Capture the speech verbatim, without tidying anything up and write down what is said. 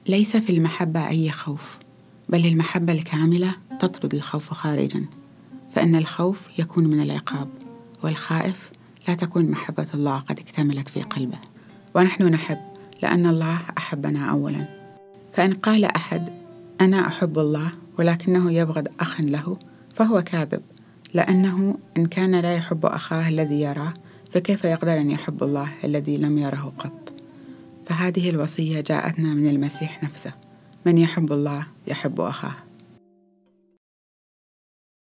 ليس في المحبة أي خوف، بل المحبة الكاملة تطرد الخوف خارجا، فإن الخوف يكون من العقاب، والخائف لا تكون محبة الله قد اكتملت في قلبه. ونحن نحب لأن الله أحبنا أولا. فإن قال أحد أنا أحب الله ولكنه يبغض أخا له فهو كاذب، لأنه إن كان لا يحب أخاه الذي يراه فكيف يقدر أن يحب الله الذي لم يره قط؟ فهذه الوصية جاءتنا من المسيح نفسه: من يحب الله يحب أخاه.